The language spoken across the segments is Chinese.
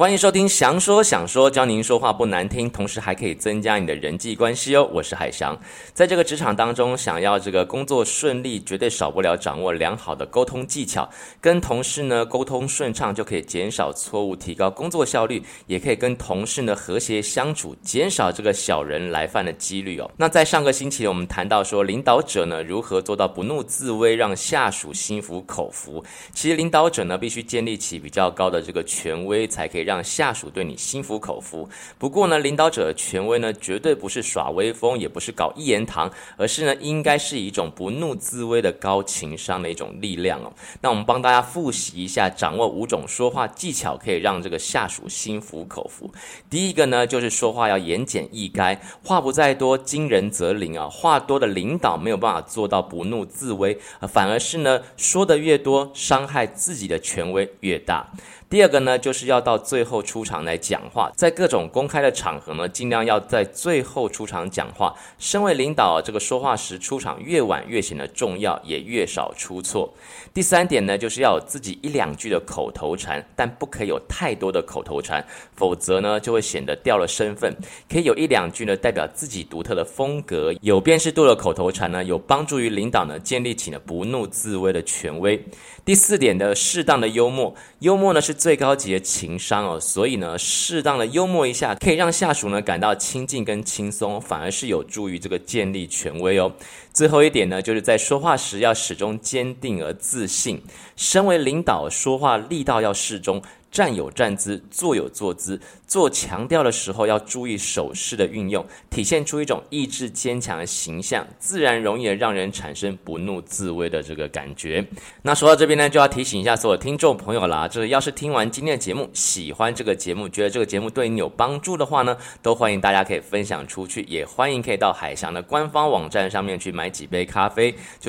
欢迎收听翔说想说，教您说话不难听，同时还可以增加你的人际关系哦。我是海翔。在这个职场当中，想要这个工作顺利，绝对少不了掌握良好的沟通技巧。跟同事呢沟通顺畅，就可以减少错误，提高工作效率，也可以跟同事呢和谐相处，减少这个小人来犯的几率哦。那在上个星期我们谈到说，领导者呢如何做到不怒自威，让下属心服口服。其实领导者呢必须建立起比较高的这个权威，才可以让下属对你心服口服。不过呢，领导者的权威呢，绝对不是耍威风，也不是搞一言堂，而是呢，应该是一种不怒自威的高情商的一种力量哦。那我们帮大家复习一下，掌握5种说话技巧，可以让这个下属心服口服。第一个呢，就是说话要言简意赅，话不在多，惊人则灵啊。话多的领导没有办法做到不怒自威，反而是呢，说的越多，伤害自己的权威越大。第二个呢，就是要到最后出场来讲话，在各种公开的场合呢，尽量要在最后出场讲话。身为领导，这个说话时出场越晚越显得重要，也越少出错。第三点呢，就是要有自己1、2句的口头禅，但不可以有太多的口头禅，否则呢就会显得掉了身份。可以有1、2句呢代表自己独特的风格，有辨识度的口头禅呢，有帮助于领导呢建立起了不怒自威的权威。第4点的适当的幽默，幽默呢是最高级的情商哦，所以呢适当的幽默一下，可以让下属呢感到亲近跟轻松，反而是有助于这个建立权威哦。最后一点呢，就是在说话时要始终坚定而自信。身为领导，说话力道要适中，站有站姿，坐有坐姿，做强调的时候要注意手势的运用，体现出一种意志坚强的形象，自然容易让人产生不怒自威的这个感觉。那说到这边呢，就要提醒一下所有听众朋友啦，要是听完今天的节目，喜欢这个节目，觉得这个节目对你有帮助的话呢，都欢迎大家可以分享出去，也欢迎可以到海翔的官方网站上面去买几杯咖啡，就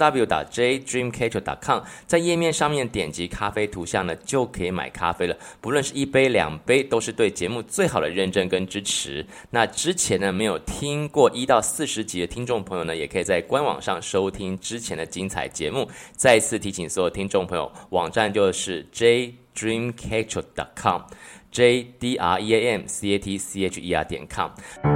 www.jdreamcatcher.com， 在页面上面点击咖啡图像呢，就可以买咖啡了。不论是1杯2杯，都是对节目最好的认证跟支持。那之前呢没有听过1到40集的听众朋友呢，也可以在官网上收听之前的精彩节目。再一次提醒所有听众朋友，网站就是 jdreamcatcher.com jdreamcatcher.com。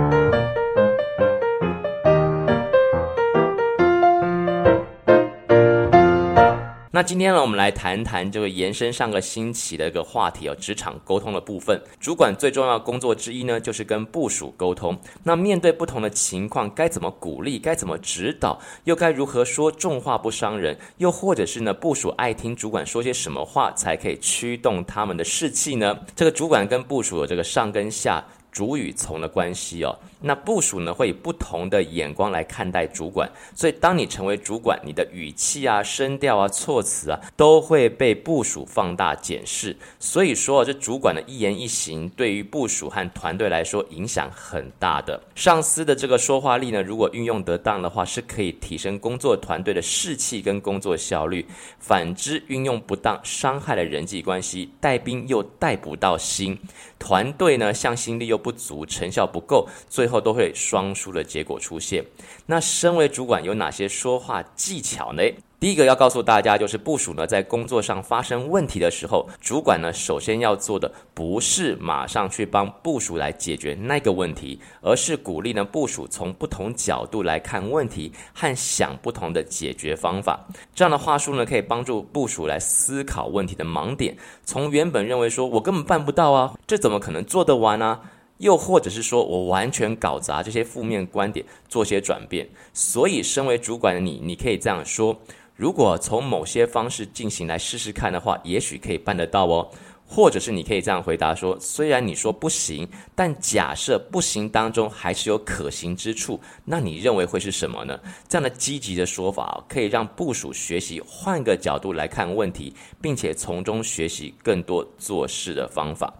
那今天呢，我们来谈谈这个延伸上个星期的一个话题职场沟通的部分。主管最重要的工作之一呢，就是跟部属沟通。那面对不同的情况，该怎么鼓励，该怎么指导，又该如何说重话不伤人，又或者是呢，部属爱听主管说些什么话，才可以驱动他们的士气呢？这个主管跟部属有这个上跟下、主与从的关系哦。那部属呢会以不同的眼光来看待主管，所以当你成为主管，你的语气啊、声调啊、措辞啊，都会被部属放大检视。所以说这主管的一言一行对于部属和团队来说影响很大的。上司的这个说话力呢，如果运用得当的话，是可以提升工作团队的士气跟工作效率。反之，运用不当，伤害了人际关系，带兵又带不到心，团队呢向心力又不足，成效不够，最后都会双输的结果出现。那身为主管有哪些说话技巧呢？第一个要告诉大家，就是部属呢在工作上发生问题的时候，主管呢首先要做的不是马上去帮部属来解决那个问题，而是鼓励呢部属从不同角度来看问题和想不同的解决方法。这样的话术呢可以帮助部属来思考问题的盲点，从原本认为说我根本办不到啊，这怎么可能做得完啊，又或者是说我完全搞砸，这些负面观点做些转变。所以身为主管的你可以这样说，如果从某些方式进行来试试看的话，也许可以办得到哦。或者是你可以这样回答说，虽然你说不行，但假设不行当中还是有可行之处，那你认为会是什么呢？这样的积极的说法可以让部属学习换个角度来看问题，并且从中学习更多做事的方法。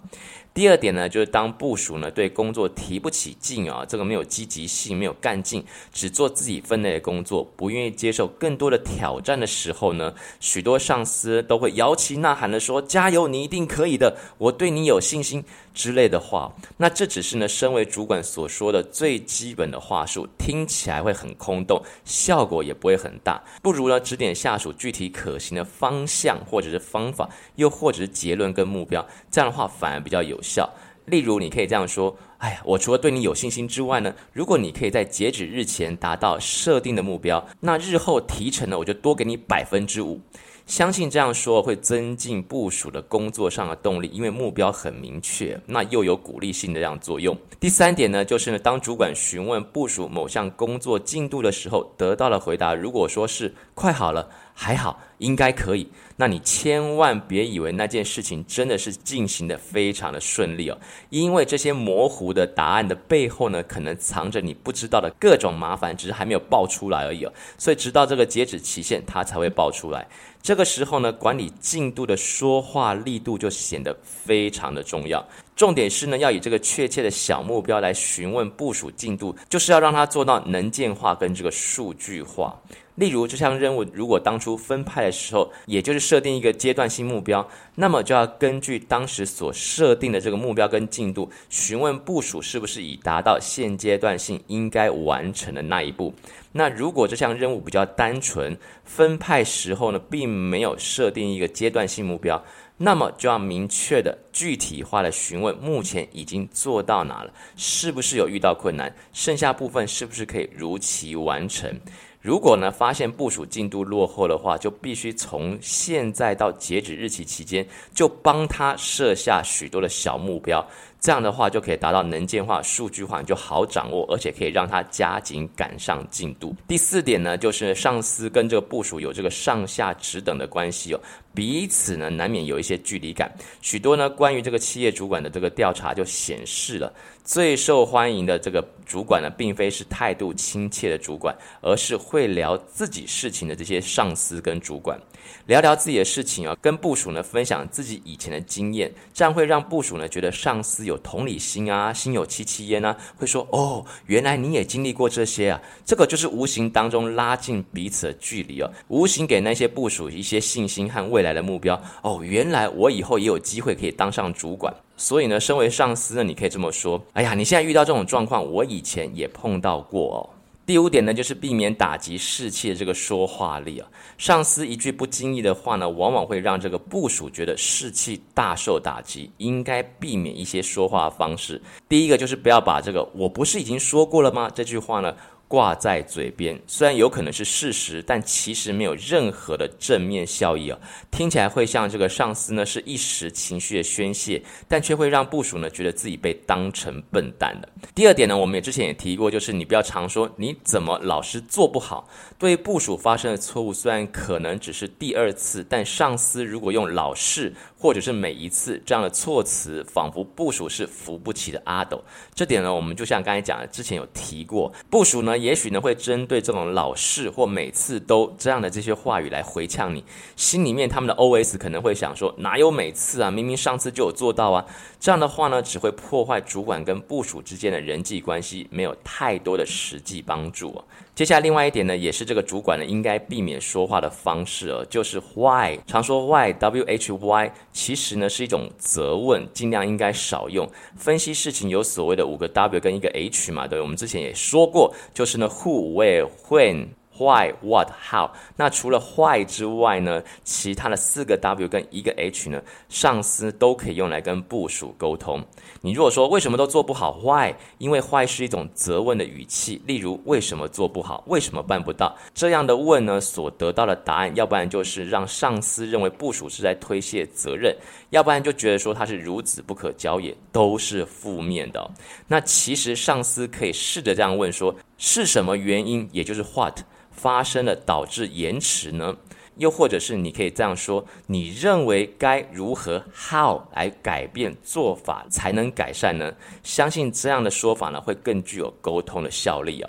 第二点呢，就是当部属呢对工作提不起劲这个没有积极性，没有干劲，只做自己分内的工作，不愿意接受更多的挑战的时候呢，许多上司都会摇旗呐喊的说，加油，你一定可以的，我对你有信心之类的话。那这只是呢身为主管所说的最基本的话术，听起来会很空洞，效果也不会很大，不如呢指点下属具体可行的方向或者是方法，又或者是结论跟目标，这样的话反而比较有效。例如你可以这样说，哎呀，我除了对你有信心之外呢，如果你可以在截止日前达到设定的目标，那日后提成呢我就多给你5%。相信这样说会增进部属的工作上的动力，因为目标很明确，那又有鼓励性的这样作用。第三点呢，就是呢，当主管询问部属某项工作进度的时候，得到了回答，如果说是快好了，还好，应该可以，那你千万别以为那件事情真的是进行的非常的顺利因为这些模糊的答案的背后呢，可能藏着你不知道的各种麻烦，只是还没有爆出来而已所以直到这个截止期限，它才会爆出来。这个时候呢，管理进度的说话力度就显得非常的重要。重点是呢，要以这个确切的小目标来询问部属进度，就是要让它做到能见化跟这个数据化。例如这项任务如果当初分派的时候，也就是设定一个阶段性目标，那么就要根据当时所设定的这个目标跟进度，询问部属是不是已达到现阶段性应该完成的那一步。那如果这项任务比较单纯，分派时候呢并没有设定一个阶段性目标，那么就要明确的具体化的询问目前已经做到哪了，是不是有遇到困难，剩下部分是不是可以如期完成。如果呢发现部属进度落后的话，就必须从现在到截止日期期间就帮他设下许多的小目标，这样的话就可以达到能见化、数据化，就好掌握，而且可以让他加紧赶上进度。第四点呢，就是上司跟这个部属有这个上下职等的关系彼此呢难免有一些距离感。许多呢关于这个企业主管的这个调查就显示了，最受欢迎的这个主管呢，并非是态度亲切的主管，而是会聊自己事情的这些上司跟主管。聊聊自己的事情跟部属呢分享自己以前的经验，这样会让部属呢觉得上司有同理心心有戚戚焉会说原来你也经历过这些这个就是无形当中拉近彼此的距离无形给那些部属一些信心和未来的目标原来我以后也有机会可以当上主管。所以呢，身为上司呢，你可以这么说，哎呀，你现在遇到这种状况，我以前也碰到过第五点呢，就是避免打击士气的这个说话力上司一句不经意的话呢，往往会让这个部属觉得士气大受打击，应该避免一些说话方式。第一个就是不要把这个我不是已经说过了吗这句话呢挂在嘴边，虽然有可能是事实，但其实没有任何的正面效益听起来会像这个上司呢是一时情绪的宣泄，但却会让部属呢觉得自己被当成笨蛋了。第二点呢，我们之前也提过，就是你不要常说你怎么老是做不好。对部属发生的错误虽然可能只是第二次，但上司如果用老是或者是每一次这样的措辞，仿佛部属是扶不起的阿斗。这点呢，我们就像刚才讲的，之前有提过，部属呢也许呢会针对这种老是或每次都这样的这些话语来回呛你，心里面他们的 OS 可能会想说，哪有每次明明上次就有做到这样的话呢只会破坏主管跟部属之间的人际关系，没有太多的实际帮助接下来另外一点呢，也是这个主管呢应该避免说话的方式就是 why。 常说 why WHY 其实呢是一种责问，尽量应该少用。分析事情有所谓的5个 W 跟1个 H 嘛，对，我们之前也说过，就是呢 who where when why what how。 那除了 why 之外呢，其他的4个 W 跟1个 H 呢，上司都可以用来跟部属沟通。你如果说为什么都做不好 why， 因为 why 是一种责问的语气，例如为什么做不好，为什么办不到，这样的问呢，所得到的答案要不然就是让上司认为部属是在推卸责任，要不然就觉得说他是孺子不可教也，都是负面的那其实上司可以试着这样问说，是什么原因，也就是 what发生了导致延迟呢？又或者是你可以这样说，你认为该如何 how 来改变做法才能改善呢？相信这样的说法呢会更具有沟通的效力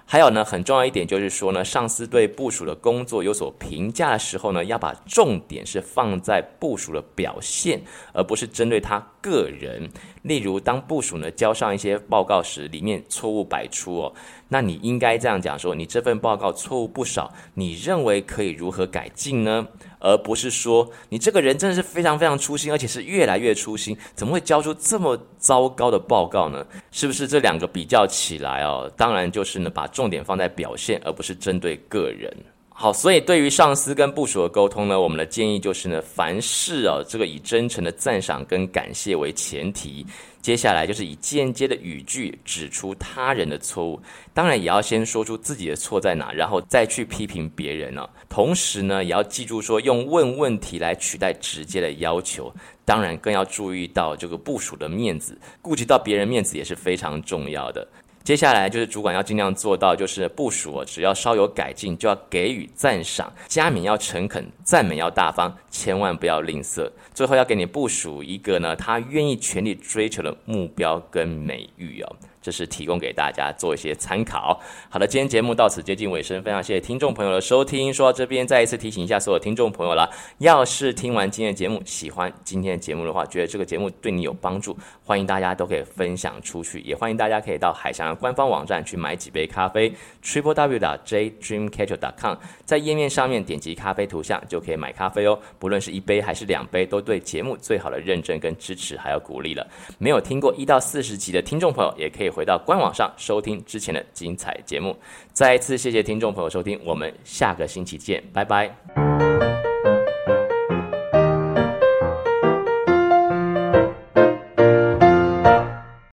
还有呢，很重要一点就是说呢，上司对部属的工作有所评价的时候呢，要把重点是放在部属的表现，而不是针对他个人。例如，当部属呢交上一些报告时，里面错误百出那你应该这样讲说，你这份报告错误不少，你认为可以如何改进呢？而不是说你这个人真的是非常非常粗心，而且是越来越粗心，怎么会交出这么糟糕的报告呢？是不是这两个比较起来当然就是呢，把重点放在表现，而不是针对个人。好，所以对于上司跟部属的沟通呢，我们的建议就是呢，凡事这个以真诚的赞赏跟感谢为前提，接下来就是以间接的语句指出他人的错误，当然也要先说出自己的错在哪，然后再去批评别人同时呢，也要记住说用问问题来取代直接的要求，当然更要注意到这个部属的面子，顾及到别人面子也是非常重要的。接下来就是主管要尽量做到，就是部属只要稍有改进就要给予赞赏，加冕要诚恳，赞美要大方，千万不要吝啬。最后要给你部属一个呢，他愿意全力追求的目标跟美誉这是提供给大家做一些参考。好的，今天节目到此接近尾声，非常谢谢听众朋友的收听。说到这边，再一次提醒一下所有听众朋友啦，要是听完今天的节目，喜欢今天的节目的话，觉得这个节目对你有帮助，欢迎大家都可以分享出去，也欢迎大家可以到海翔的官方网站去买几杯咖啡 www.jdreamcatcher.com， 在页面上面点击咖啡图像就可以买咖啡不论是一杯还是2杯，都对节目最好的认证跟支持还有鼓励了。没有听过1到40集的听众朋友，也可以回到官网上收听之前的精彩节目。再一次谢谢听众朋友收听，我们下个星期见，拜拜。